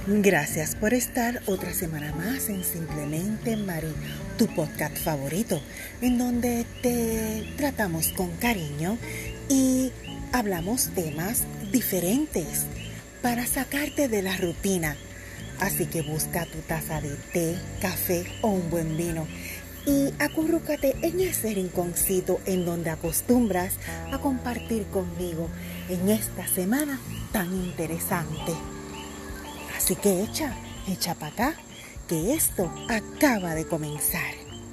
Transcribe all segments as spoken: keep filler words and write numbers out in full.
Gracias por estar otra semana más en Simplemente Mari, tu podcast favorito, en donde te tratamos con cariño y hablamos temas diferentes para sacarte de la rutina. Así que busca tu taza de té, café o un buen vino y acurrúcate en ese rinconcito en donde acostumbras a compartir conmigo en esta semana tan interesante. Así que echa, echa para acá, que esto acaba de comenzar.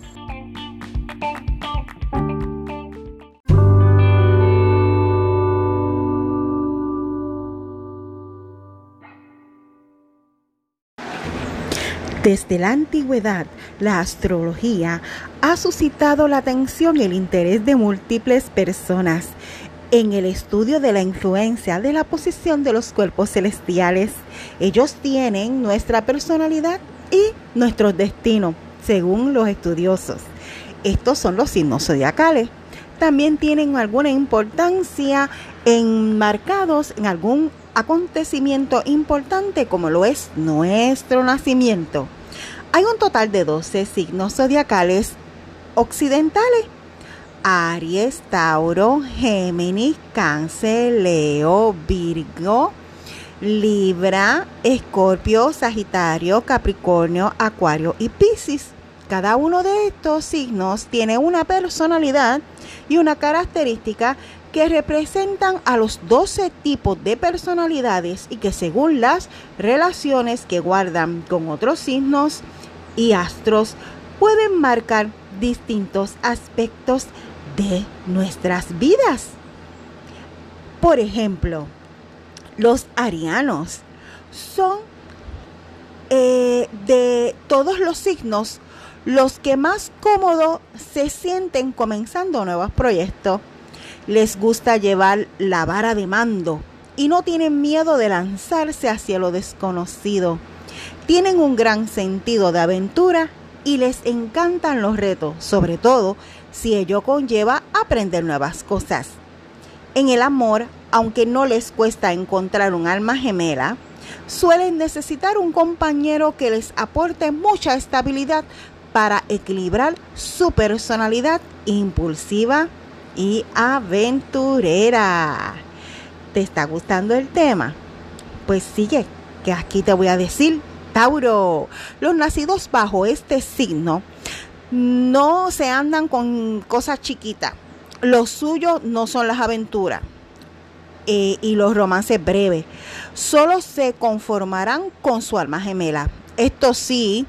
Desde la antigüedad, la astrología ha suscitado la atención y el interés de múltiples personas en el estudio de la influencia de la posición de los cuerpos celestiales. Ellos tienen nuestra personalidad y nuestro destino, según los estudiosos. Estos son los signos zodiacales. También tienen alguna importancia enmarcados en algún acontecimiento importante, como lo es nuestro nacimiento. Hay un total de doce signos zodiacales occidentales: Aries, Tauro, Géminis, Cáncer, Leo, Virgo, Libra, Escorpio, Sagitario, Capricornio, Acuario y Piscis. Cada uno de estos signos tiene una personalidad y una característica que representan a los doce tipos de personalidades y que, según las relaciones que guardan con otros signos y astros, pueden marcar distintos aspectos de nuestras vidas. Por ejemplo, los arianos son eh, de todos los signos los que más cómodos se sienten comenzando nuevos proyectos. Les gusta llevar la vara de mando y no tienen miedo de lanzarse hacia lo desconocido. Tienen un gran sentido de aventura y les encantan los retos, sobre todo si ello conlleva aprender nuevas cosas. En el amor, aunque no les cuesta encontrar un alma gemela, suelen necesitar un compañero que les aporte mucha estabilidad para equilibrar su personalidad impulsiva y aventurera. ¿Te está gustando el tema? Pues sigue, que aquí te voy a decir. Tauro, los nacidos bajo este signo no se andan con cosas chiquitas. Lo suyo no son las aventuras eh, y los romances breves. Solo se conformarán con su alma gemela. Esto sí,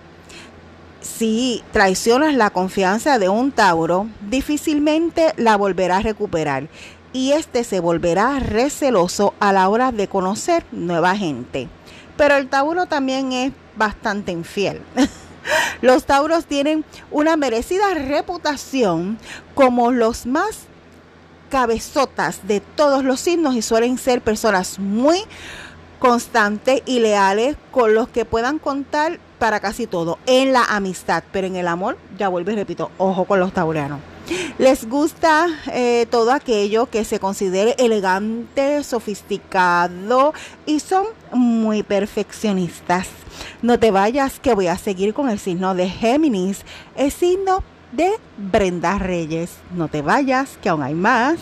si traicionas la confianza de un Tauro, difícilmente la volverá a recuperar y este se volverá receloso a la hora de conocer nueva gente. Pero el Tauro también es bastante infiel. Los Tauros tienen una merecida reputación como los más cabezotas de todos los signos y suelen ser personas muy constantes y leales con los que puedan contar para casi todo en la amistad, pero en el amor, ya vuelvo y repito, ojo con los taurianos. Les gusta eh, todo aquello que se considere elegante, sofisticado y son muy perfeccionistas. No te vayas, que voy a seguir con el signo de Géminis, el signo de Brenda Reyes. No te vayas, que aún hay más.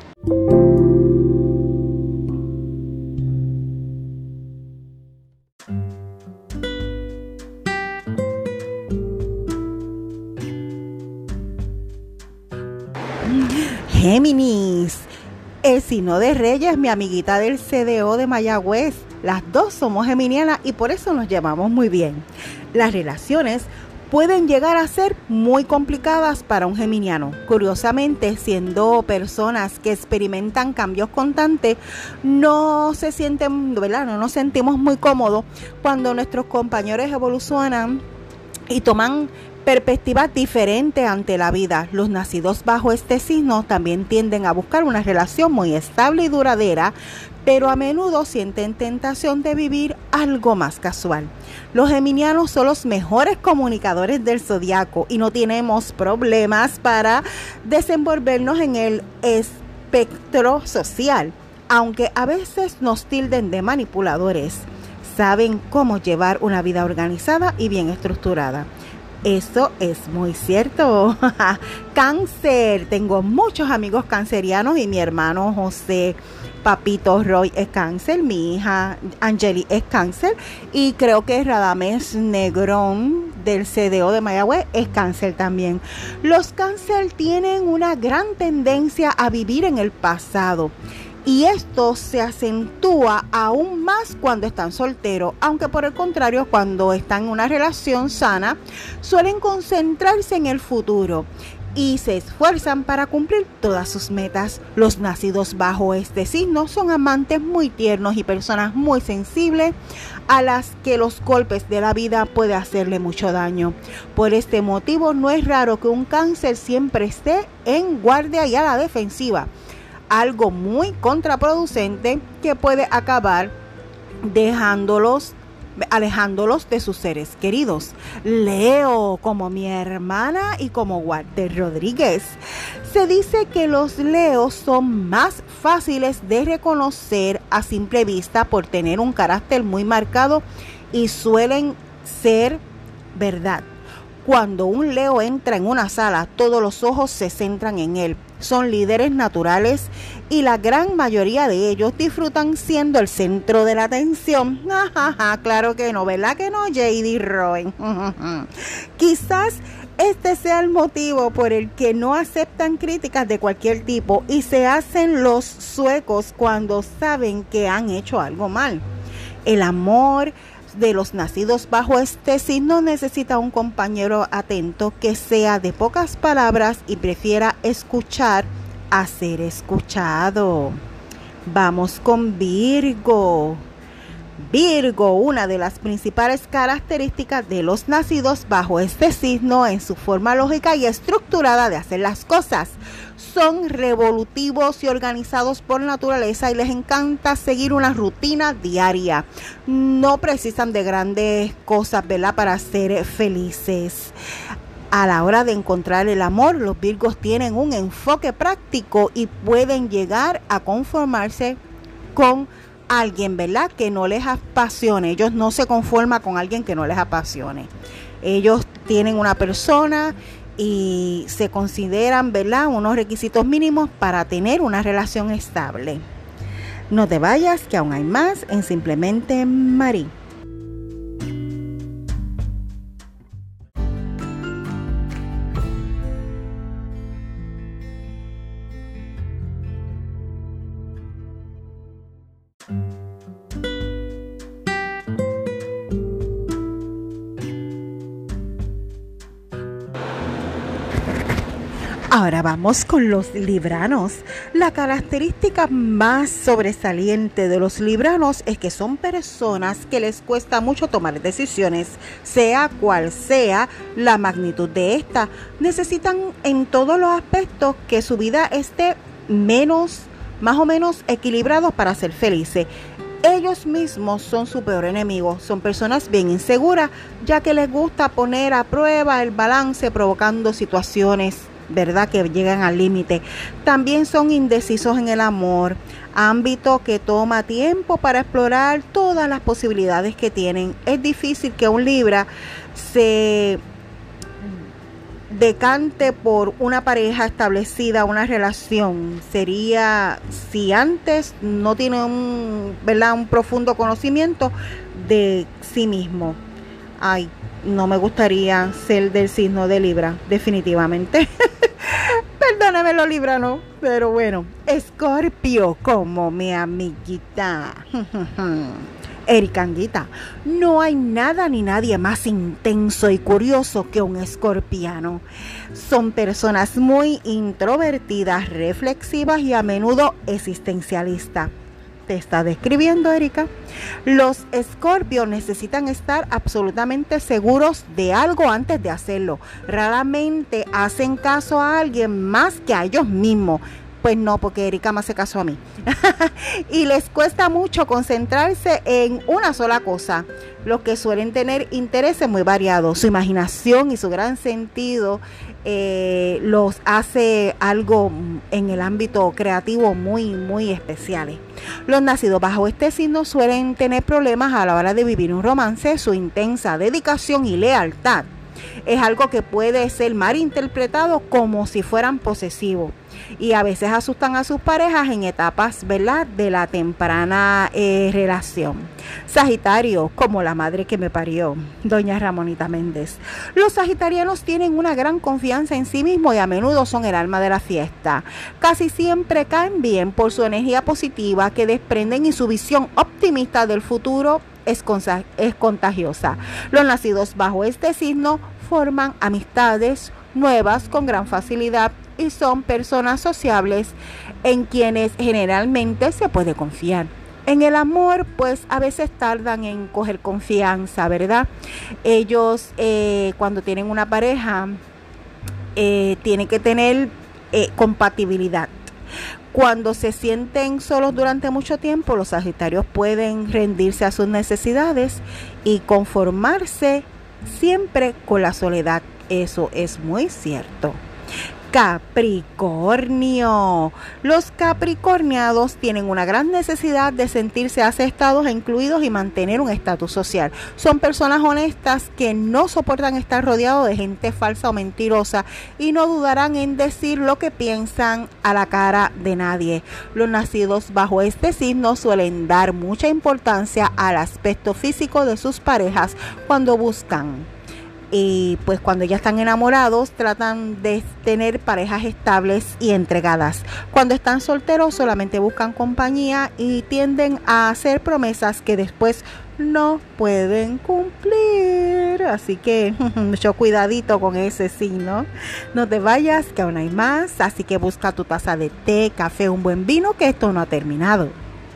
Géminis, el signo de Reyes, mi amiguita del C D O de Mayagüez. Las dos somos geminianas y por eso nos llevamos muy bien. Las relaciones pueden llegar a ser muy complicadas para un geminiano. Curiosamente, siendo personas que experimentan cambios constantes, no se sienten, ¿verdad? No nos sentimos muy cómodos cuando nuestros compañeros evolucionan y toman perspectivas diferentes ante la vida. Los nacidos bajo este signo también tienden a buscar una relación muy estable y duradera, pero a menudo sienten tentación de vivir algo más casual. Los geminianos son los mejores comunicadores del zodiaco y no tenemos problemas para desenvolvernos en el espectro social, aunque a veces nos tilden de manipuladores. saben cómo llevar una vida organizada y bien estructurada. Eso es muy cierto. Cáncer. Tengo muchos amigos cancerianos y mi hermano José Papito Roy es cáncer, mi hija Angeli es cáncer y creo que Radames Negrón del C D O de Mayagüez es cáncer también. Los cáncer tienen una gran tendencia a vivir en el pasado. Y esto se acentúa aún más cuando están solteros, aunque por el contrario, cuando están en una relación sana, suelen concentrarse en el futuro y se esfuerzan para cumplir todas sus metas. Los nacidos bajo este signo son amantes muy tiernos y personas muy sensibles a las que los golpes de la vida pueden hacerle mucho daño. Por este motivo, no es raro que un cáncer siempre esté en guardia y a la defensiva. Algo muy contraproducente que puede acabar dejándolos, alejándolos de sus seres queridos. Leo, como mi hermana y como Walter Rodríguez. Se dice que los Leos son más fáciles de reconocer a simple vista por tener un carácter muy marcado y suelen ser verdad. Cuando un Leo entra en una sala, todos los ojos se centran en él. Son líderes naturales y la gran mayoría de ellos disfrutan siendo el centro de la atención. Claro que no, ¿verdad que no, J D Roy? Quizás este sea el motivo por el que no aceptan críticas de cualquier tipo y se hacen los suecos cuando saben que han hecho algo mal. El amor de los nacidos bajo este signo necesita un compañero atento que sea de pocas palabras y prefiera escuchar a ser escuchado. Vamos con Virgo. Virgo, una de las principales características de los nacidos bajo este signo en su forma lógica y estructurada de hacer las cosas. Son revolutivos y organizados por naturaleza y les encanta seguir una rutina diaria. No precisan de grandes cosas, ¿verdad?, para ser felices. A la hora de encontrar el amor, los Virgos tienen un enfoque práctico y pueden llegar a conformarse con alguien, ¿verdad?, que no les apasione. Ellos no se conforman con alguien que no les apasione. Ellos tienen una persona y se consideran, ¿verdad?, unos requisitos mínimos para tener una relación estable. No te vayas, que aún hay más en Simplemente Mari. Ahora vamos con los libranos. La característica más sobresaliente de los libranos es que son personas que les cuesta mucho tomar decisiones, sea cual sea la magnitud de esta. Necesitan en todos los aspectos que su vida esté menos, más o menos equilibrado para ser felices. Ellos mismos son su peor enemigo, son personas bien inseguras, ya que les gusta poner a prueba el balance provocando situaciones, ¿verdad?, que llegan al límite. También son indecisos en el amor, ámbito que toma tiempo para explorar todas las posibilidades que tienen. Es difícil que un Libra se decante por una pareja establecida, una relación. Sería si antes no tiene un, ¿verdad?, un profundo conocimiento de sí mismo. Ay, no me gustaría ser del signo de Libra, definitivamente. Perdóname los libranos, pero bueno. Escorpio, como mi amiguita Erika Anguita. No hay nada ni nadie más intenso y curioso que un escorpiano. Son personas muy introvertidas, reflexivas y a menudo existencialistas. Te está describiendo, Erika. Los escorpios necesitan estar absolutamente seguros de algo antes de hacerlo. Raramente hacen caso a alguien más que a ellos mismos. Pues no, porque Erika más se casó a mí. Y les cuesta mucho concentrarse en una sola cosa. Los que suelen tener intereses muy variados. Su imaginación y su gran sentido eh, los hace algo en el ámbito creativo muy, muy especiales. Los nacidos bajo este signo suelen tener problemas a la hora de vivir un romance. Su intensa dedicación y lealtad es algo que puede ser malinterpretado como si fueran posesivos, y a veces asustan a sus parejas en etapas, ¿verdad?, de la temprana eh, relación. Sagitario, como la madre que me parió, doña Ramonita Méndez. Los sagitarianos tienen una gran confianza en sí mismos y a menudo son el alma de la fiesta. Casi siempre caen bien por su energía positiva que desprenden, y su visión optimista del futuro es, es contagiosa. Los nacidos bajo este signo forman amistades nuevas con gran facilidad y son personas sociables en quienes generalmente se puede confiar. En el amor, pues a veces tardan en coger confianza, ¿verdad? Ellos eh, cuando tienen una pareja eh, tienen que tener eh, compatibilidad. Cuando se sienten solos durante mucho tiempo, los sagitarios pueden rendirse a sus necesidades y conformarse siempre con la soledad. Eso es muy cierto. Capricornio. Los capricorniados tienen una gran necesidad de sentirse aceptados e incluidos y mantener un estatus social. Son personas honestas que no soportan estar rodeados de gente falsa o mentirosa y no dudarán en decir lo que piensan a la cara de nadie. Los nacidos bajo este signo suelen dar mucha importancia al aspecto físico de sus parejas cuando buscan. Y pues cuando ya están enamorados tratan de tener parejas estables y entregadas. Cuando están solteros solamente buscan compañía y tienden a hacer promesas que después no pueden cumplir. Así que mucho cuidadito con ese signo. No te vayas, que aún hay más. Así que busca tu taza de té, café, un buen vino, que esto no ha terminado.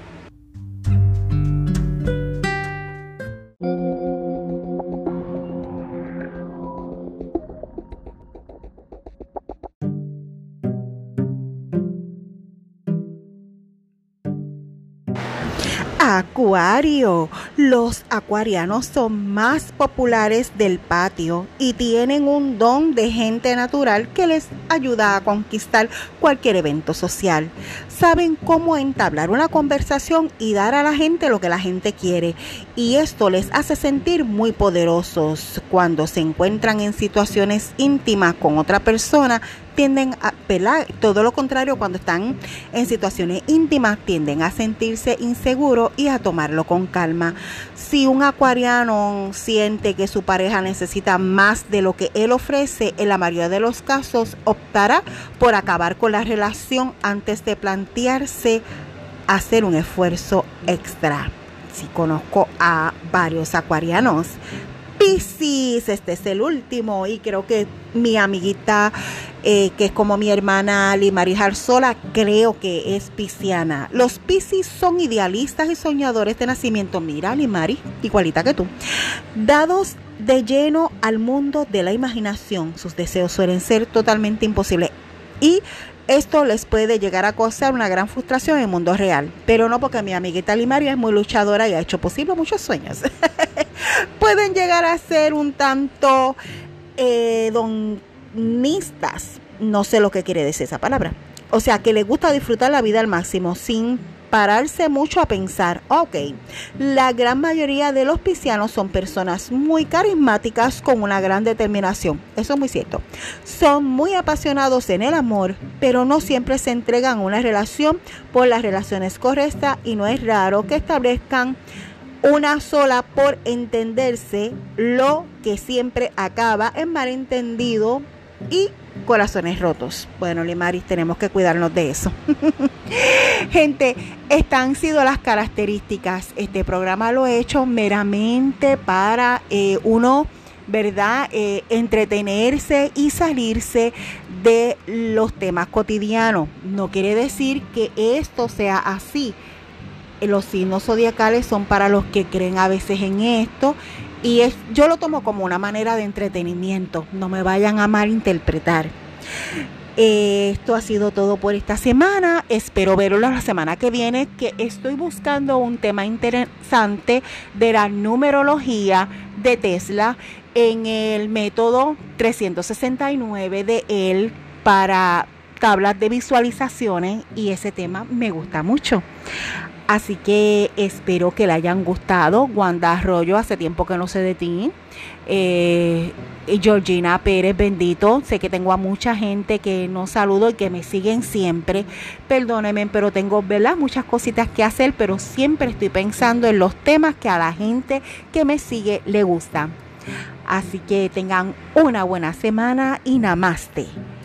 Acuario. Los acuarianos son más populares del patio y tienen un don de gente natural que les ayuda a conquistar cualquier evento social. Saben cómo entablar una conversación y dar a la gente lo que la gente quiere, y esto les hace sentir muy poderosos. Cuando se encuentran en situaciones íntimas con otra persona, tienden a pelar, todo lo contrario, cuando están en situaciones íntimas tienden a sentirse inseguros y a tomarlo con calma. Si un acuariano siente que su pareja necesita más de lo que él ofrece, en la mayoría de los casos optará por acabar con la relación antes de plantearse hacer un esfuerzo extra. Sí, conozco a varios acuarianos. Piscis, este es el último, y creo que mi amiguita, eh, que es como mi hermana Limari Arzola, creo que es pisciana. Los Piscis son idealistas y soñadores de nacimiento. Mira, Limari, igualita que tú. Dados de lleno al mundo de la imaginación, sus deseos suelen ser totalmente imposibles, y esto les puede llegar a causar una gran frustración en el mundo real, pero no, porque mi amiguita Limaria es muy luchadora y ha hecho posible muchos sueños. Pueden llegar a ser un tanto eh, donistas, no sé lo que quiere decir esa palabra. O sea, que les gusta disfrutar la vida al máximo sin pararse mucho a pensar. Ok, la gran mayoría de los piscianos son personas muy carismáticas con una gran determinación. Eso es muy cierto. Son muy apasionados en el amor, pero no siempre se entregan a una relación por las relaciones correctas, y no es raro que establezcan una sola por entenderse, lo que siempre acaba en malentendido y corazones rotos. Bueno, Limaris, tenemos que cuidarnos de eso. Gente, estas han sido las características. Este programa lo he hecho meramente para eh, uno, ¿verdad? Eh, entretenerse y salirse de los temas cotidianos. No quiere decir que esto sea así. Los signos zodiacales son para los que creen a veces en esto, y es, yo lo tomo como una manera de entretenimiento. No me vayan a malinterpretar. Eh, esto ha sido todo por esta semana. Espero verlo la semana que viene, que estoy buscando un tema interesante de la numerología de Tesla en el método trescientos sesenta y nueve de él para tablas de visualizaciones, y ese tema me gusta mucho. Así que espero que le hayan gustado. Wanda Arroyo, hace tiempo que no sé de ti. Eh, Georgina Pérez, bendito. Sé que tengo a mucha gente que no saludo y que me siguen siempre. Perdónenme, pero tengo, ¿verdad?, muchas cositas que hacer, pero siempre estoy pensando en los temas que a la gente que me sigue le gustan. Así que tengan una buena semana y namaste.